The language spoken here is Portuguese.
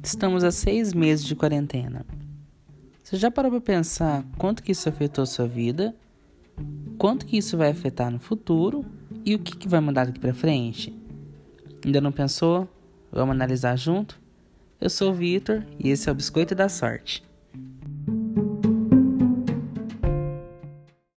Estamos há 6 meses de quarentena. Você já parou para pensar quanto que isso afetou a sua vida? Quanto que isso vai afetar no futuro? E o que vai mudar daqui para frente? Ainda não pensou? Vamos analisar junto? Eu sou o Vitor e esse é o Biscoito da Sorte.